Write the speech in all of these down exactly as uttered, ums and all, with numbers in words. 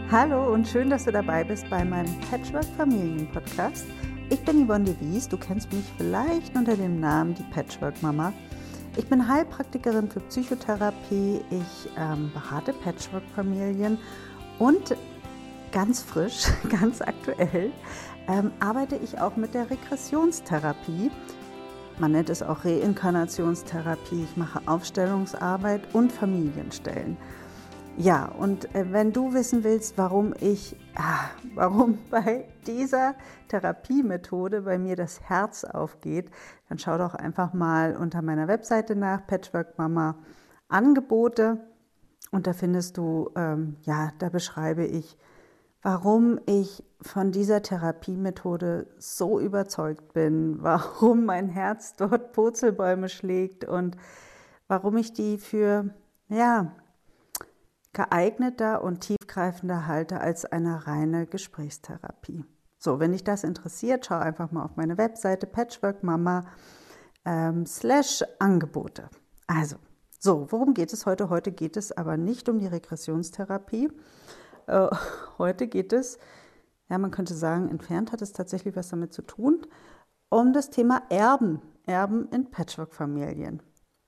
Hallo und schön, dass du dabei bist bei meinem Patchwork-Familien-Podcast. Ich bin Yvonne de Wies, du kennst mich vielleicht unter dem Namen die Patchwork-Mama. Ich bin Heilpraktikerin für Psychotherapie, ich ähm, berate Patchwork-Familien und ganz frisch, ganz aktuell ähm, arbeite ich auch mit der Regressionstherapie. Man nennt es auch Reinkarnationstherapie. Ich mache Aufstellungsarbeit und Familienstellen. Ja, und äh, wenn du wissen willst, warum ich, ah, warum bei dieser Therapiemethode bei mir das Herz aufgeht, dann schau doch einfach mal unter meiner Webseite nach, Patchwork Mama Angebote. Und da findest du, ähm, ja, da beschreibe ich, warum ich von dieser Therapiemethode so überzeugt bin, warum mein Herz dort Purzelbäume schlägt und warum ich die für, ja, geeigneter und tiefgreifender halte als eine reine Gesprächstherapie. So, wenn dich das interessiert, schau einfach mal auf meine Webseite Patchwork Mama ähm, slash Angebote. Also, so, worum geht es heute? Heute geht es aber nicht um die Regressionstherapie. Äh, heute geht es, ja, man könnte sagen, entfernt hat es tatsächlich was damit zu tun, um das Thema Erben, Erben in Patchwork-Familien.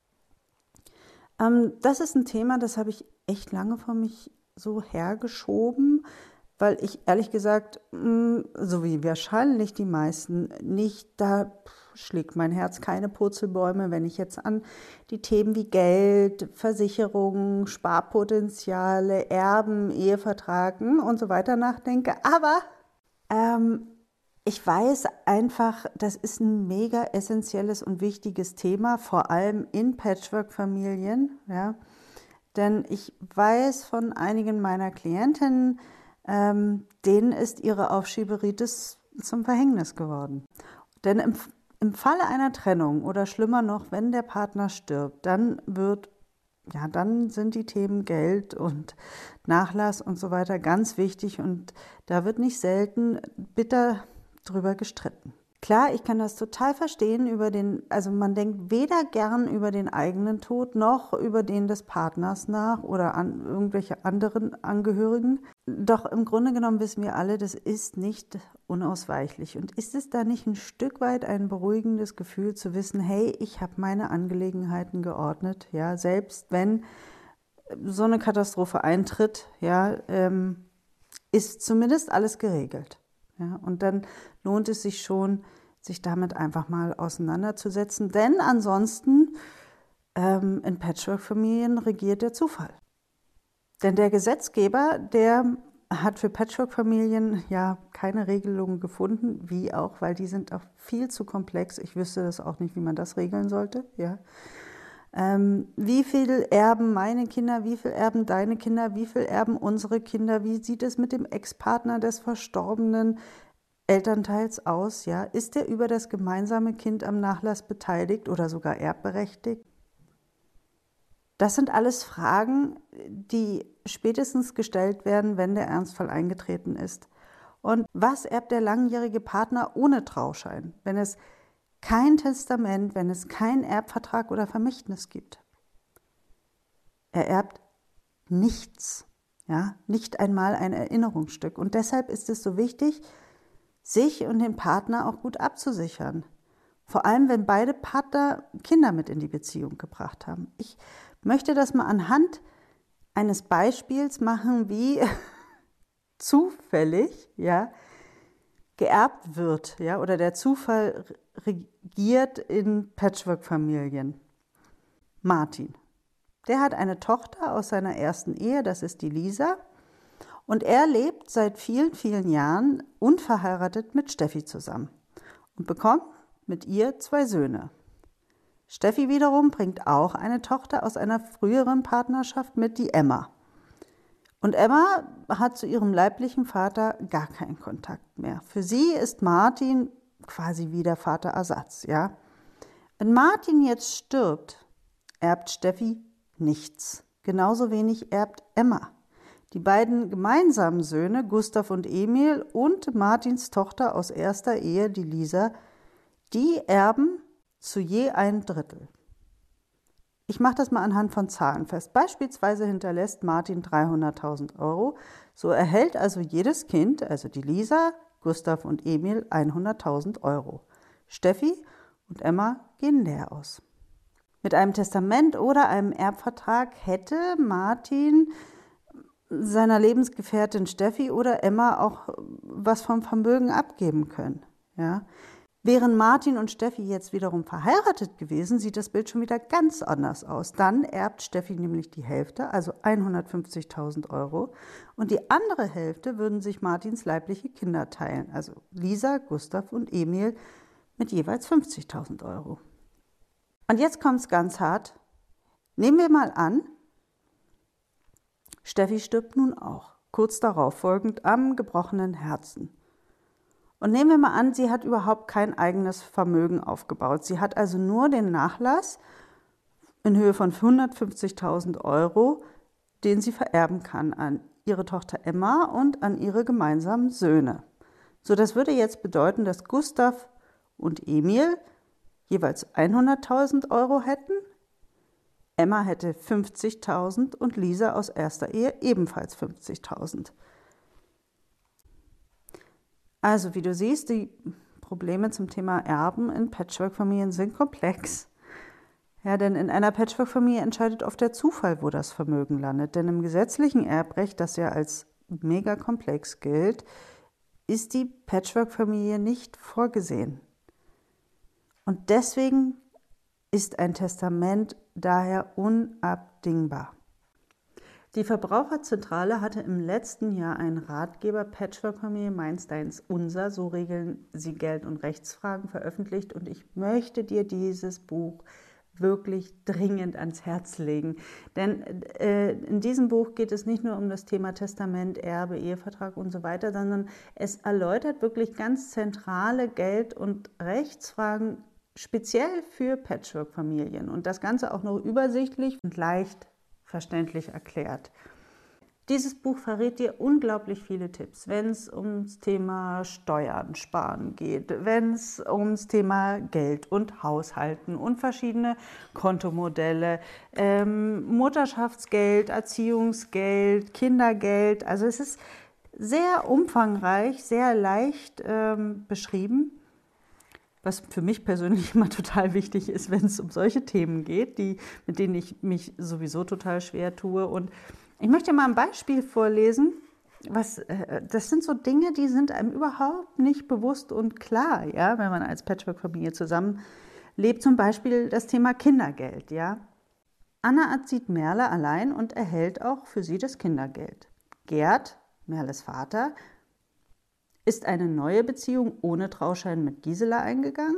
Ähm, das ist ein Thema, das habe ich echt lange vor mich so hergeschoben, weil ich ehrlich gesagt, mh, so wie wahrscheinlich die meisten, nicht, da schlägt mein Herz keine Purzelbäume, wenn ich jetzt an die Themen wie Geld, Versicherungen, Sparpotenziale, Erben, Ehevertragen und so weiter nachdenke. Aber ähm, ich weiß einfach, das ist ein mega essentielles und wichtiges Thema, vor allem in Patchwork-Familien, ja. Denn ich weiß von einigen meiner Klientinnen, ähm, denen ist ihre Aufschieberitis zum Verhängnis geworden. Denn im, im Falle einer Trennung oder schlimmer noch, wenn der Partner stirbt, dann wird, ja, dann sind die Themen Geld und Nachlass und so weiter ganz wichtig und da wird nicht selten bitter drüber gestritten. Klar, ich kann das total verstehen über den, also man denkt weder gern über den eigenen Tod noch über den des Partners nach oder an irgendwelche anderen Angehörigen. Doch im Grunde genommen wissen wir alle, das ist nicht unausweichlich. Und ist es da nicht ein Stück weit ein beruhigendes Gefühl zu wissen, hey, ich habe meine Angelegenheiten geordnet, ja, selbst wenn so eine Katastrophe eintritt, ja, ähm, ist zumindest alles geregelt. Ja, und dann lohnt es sich schon, sich damit einfach mal auseinanderzusetzen, denn ansonsten ähm, in Patchwork-Familien regiert der Zufall. Denn der Gesetzgeber, der hat für Patchwork-Familien ja keine Regelungen gefunden, wie auch, weil die sind auch viel zu komplex. Ich wüsste das auch nicht, wie man das regeln sollte. Ja. Ähm, wie viel erben meine Kinder, wie viel erben deine Kinder, wie viel erben unsere Kinder, wie sieht es mit dem Ex-Partner des verstorbenen Elternteils aus, ja? Ist er über das gemeinsame Kind am Nachlass beteiligt oder sogar erbberechtigt? Das sind alles Fragen, die spätestens gestellt werden, wenn der Ernstfall eingetreten ist. Und was erbt der langjährige Partner ohne Trauschein, wenn es kein Testament, wenn es keinen Erbvertrag oder Vermächtnis gibt? Er erbt nichts, ja, nicht einmal ein Erinnerungsstück. Und deshalb ist es so wichtig, sich und den Partner auch gut abzusichern. Vor allem, wenn beide Partner Kinder mit in die Beziehung gebracht haben. Ich möchte das mal anhand eines Beispiels machen, wie zufällig, ja, geerbt wird, ja, oder der Zufall regiert in Patchwork-Familien. Martin, der hat eine Tochter aus seiner ersten Ehe, das ist die Lisa, und er lebt seit vielen, vielen Jahren unverheiratet mit Steffi zusammen und bekommt mit ihr zwei Söhne. Steffi wiederum bringt auch eine Tochter aus einer früheren Partnerschaft mit, die Emma. Und Emma hat zu ihrem leiblichen Vater gar keinen Kontakt mehr. Für sie ist Martin quasi wie der Vaterersatz, ja. Wenn Martin jetzt stirbt, erbt Steffi nichts. Genauso wenig erbt Emma. Die beiden gemeinsamen Söhne, Gustav und Emil, und Martins Tochter aus erster Ehe, die Lisa, die erben zu je ein Drittel. Ich mache das mal anhand von Zahlen fest. Beispielsweise hinterlässt Martin dreihunderttausend Euro. So erhält also jedes Kind, also die Lisa, Gustav und Emil, hunderttausend Euro. Steffi und Emma gehen leer aus. Mit einem Testament oder einem Erbvertrag hätte Martin seiner Lebensgefährtin Steffi oder Emma auch was vom Vermögen abgeben können. Ja? Wären Martin und Steffi jetzt wiederum verheiratet gewesen, sieht das Bild schon wieder ganz anders aus. Dann erbt Steffi nämlich die Hälfte, also hundertfünfzigtausend Euro. Und die andere Hälfte würden sich Martins leibliche Kinder teilen, also Lisa, Gustav und Emil mit jeweils fünfzigtausend Euro. Und jetzt kommt es ganz hart. Nehmen wir mal an, Steffi stirbt nun auch, kurz darauf folgend am gebrochenen Herzen. Und nehmen wir mal an, sie hat überhaupt kein eigenes Vermögen aufgebaut. Sie hat also nur den Nachlass in Höhe von hundertfünfzigtausend Euro, den sie vererben kann an ihre Tochter Emma und an ihre gemeinsamen Söhne. So, das würde jetzt bedeuten, dass Gustav und Emil jeweils hunderttausend Euro hätten, Emma hätte fünfzigtausend und Lisa aus erster Ehe ebenfalls fünfzigtausend. Also, wie du siehst, die Probleme zum Thema Erben in Patchwork-Familien sind komplex. Ja, denn in einer Patchwork-Familie entscheidet oft der Zufall, wo das Vermögen landet. Denn im gesetzlichen Erbrecht, das ja als mega komplex gilt, ist die Patchwork-Familie nicht vorgesehen. Und deswegen ist ein Testament daher unabdingbar. Die Verbraucherzentrale hatte im letzten Jahr einen Ratgeber Patchwork-Familie Meins, Deins, Unser, so regeln sie Geld- und Rechtsfragen, veröffentlicht. Und ich möchte dir dieses Buch wirklich dringend ans Herz legen. Denn äh, in diesem Buch geht es nicht nur um das Thema Testament, Erbe, Ehevertrag und so weiter, sondern es erläutert wirklich ganz zentrale Geld- und Rechtsfragen, speziell für Patchwork-Familien. Und das Ganze auch noch übersichtlich und leicht verständlich erklärt. Dieses Buch verrät dir unglaublich viele Tipps, wenn es ums Thema Steuern, Sparen geht, wenn es ums Thema Geld und Haushalten und verschiedene Kontomodelle, ähm, Mutterschaftsgeld, Erziehungsgeld, Kindergeld. Also es ist sehr umfangreich, sehr leicht ähm, beschrieben. Was für mich persönlich immer total wichtig ist, wenn es um solche Themen geht, die, mit denen ich mich sowieso total schwer tue. Und ich möchte mal ein Beispiel vorlesen. Was, äh, das sind so Dinge, die sind einem überhaupt nicht bewusst und klar, ja, wenn man als Patchwork-Familie zusammenlebt. Zum Beispiel das Thema Kindergeld. Ja. Anna erzieht Merle allein und erhält auch für sie das Kindergeld. Gerd, Merles Vater, ist eine neue Beziehung ohne Trauschein mit Gisela eingegangen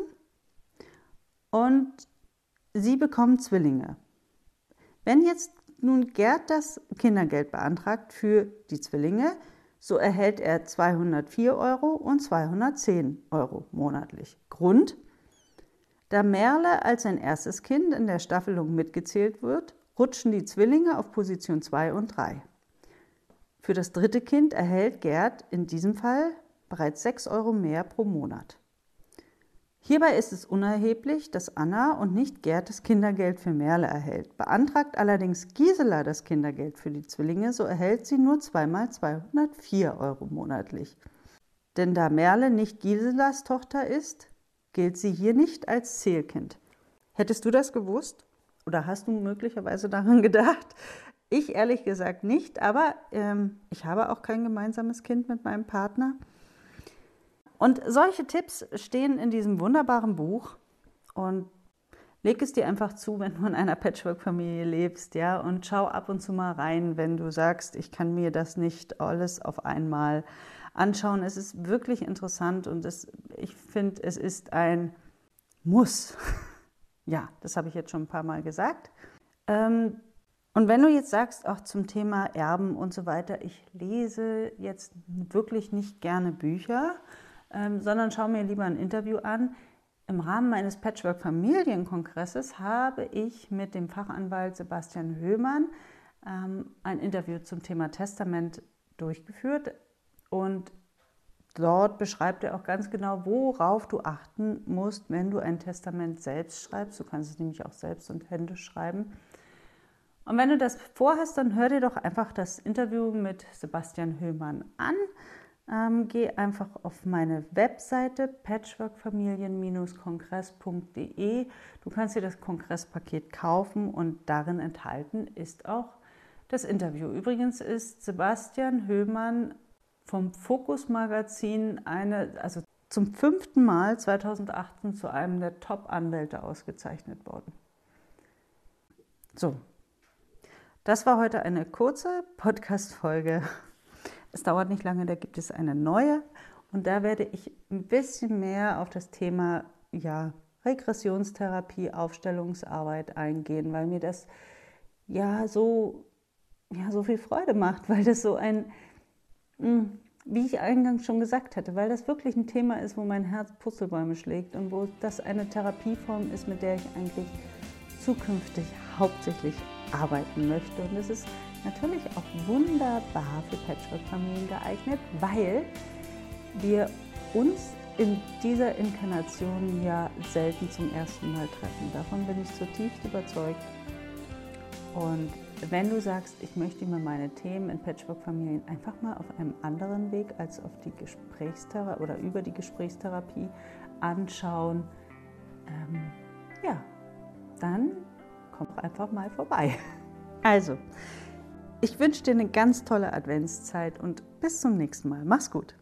und sie bekommen Zwillinge. Wenn jetzt nun Gerd das Kindergeld beantragt für die Zwillinge, so erhält er zweihundertvier Euro und zweihundertzehn Euro monatlich. Grund: Da Merle als sein erstes Kind in der Staffelung mitgezählt wird, rutschen die Zwillinge auf Position zwei und drei. Für das dritte Kind erhält Gerd in diesem Fall bereits sechs Euro mehr pro Monat. Hierbei ist es unerheblich, dass Anna und nicht Gerd das Kindergeld für Merle erhält. Beantragt allerdings Gisela das Kindergeld für die Zwillinge, so erhält sie nur zweimal zweihundertvier Euro monatlich. Denn da Merle nicht Giselas Tochter ist, gilt sie hier nicht als Zählkind. Hättest du das gewusst? Oder hast du möglicherweise daran gedacht? Ich ehrlich gesagt nicht, aber ähm, ich habe auch kein gemeinsames Kind mit meinem Partner. Und solche Tipps stehen in diesem wunderbaren Buch und leg es dir einfach zu, wenn du in einer Patchwork-Familie lebst, ja, und schau ab und zu mal rein, wenn du sagst, ich kann mir das nicht alles auf einmal anschauen. Es ist wirklich interessant und es, ich finde, es ist ein Muss. Ja, das habe ich jetzt schon ein paar Mal gesagt. Ähm, und wenn du jetzt sagst, auch zum Thema Erben und so weiter, ich lese jetzt wirklich nicht gerne Bücher, Ähm, sondern schaue mir lieber ein Interview an. Im Rahmen meines Patchwork-Familienkongresses habe ich mit dem Fachanwalt Sebastian Höhmann ähm, ein Interview zum Thema Testament durchgeführt. Und dort beschreibt er auch ganz genau, worauf du achten musst, wenn du ein Testament selbst schreibst. Du kannst es nämlich auch selbst und händisch schreiben. Und wenn du das vorhast, dann hör dir doch einfach das Interview mit Sebastian Höhmann an. Ähm, geh einfach auf meine Webseite patchworkfamilien kongress punkt de. Du kannst dir das Kongresspaket kaufen und darin enthalten ist auch das Interview. Übrigens ist Sebastian Höhmann vom Fokus Magazin eine, also zum fünften Mal zweitausendachtzehn zu einem der Top-Anwälte ausgezeichnet worden. So, das war heute eine kurze Podcast-Folge. Es dauert nicht lange, da gibt es eine neue und da werde ich ein bisschen mehr auf das Thema ja, Regressionstherapie, Aufstellungsarbeit eingehen, weil mir das ja so, ja so viel Freude macht, weil das so ein, wie ich eingangs schon gesagt hatte, weil das wirklich ein Thema ist, wo mein Herz Purzelbäume schlägt und wo das eine Therapieform ist, mit der ich eigentlich zukünftig hauptsächlich arbeiten möchte. Und es ist natürlich auch wunderbar für Patchwork-Familien geeignet, weil wir uns in dieser Inkarnation ja selten zum ersten Mal treffen. Davon bin ich zutiefst überzeugt. Und wenn du sagst, ich möchte mir meine Themen in Patchwork-Familien einfach mal auf einem anderen Weg als auf die Gesprächstherapie oder über die Gesprächstherapie anschauen, ähm, ja, dann komm doch einfach mal vorbei. Also, ich wünsche dir eine ganz tolle Adventszeit und bis zum nächsten Mal. Mach's gut.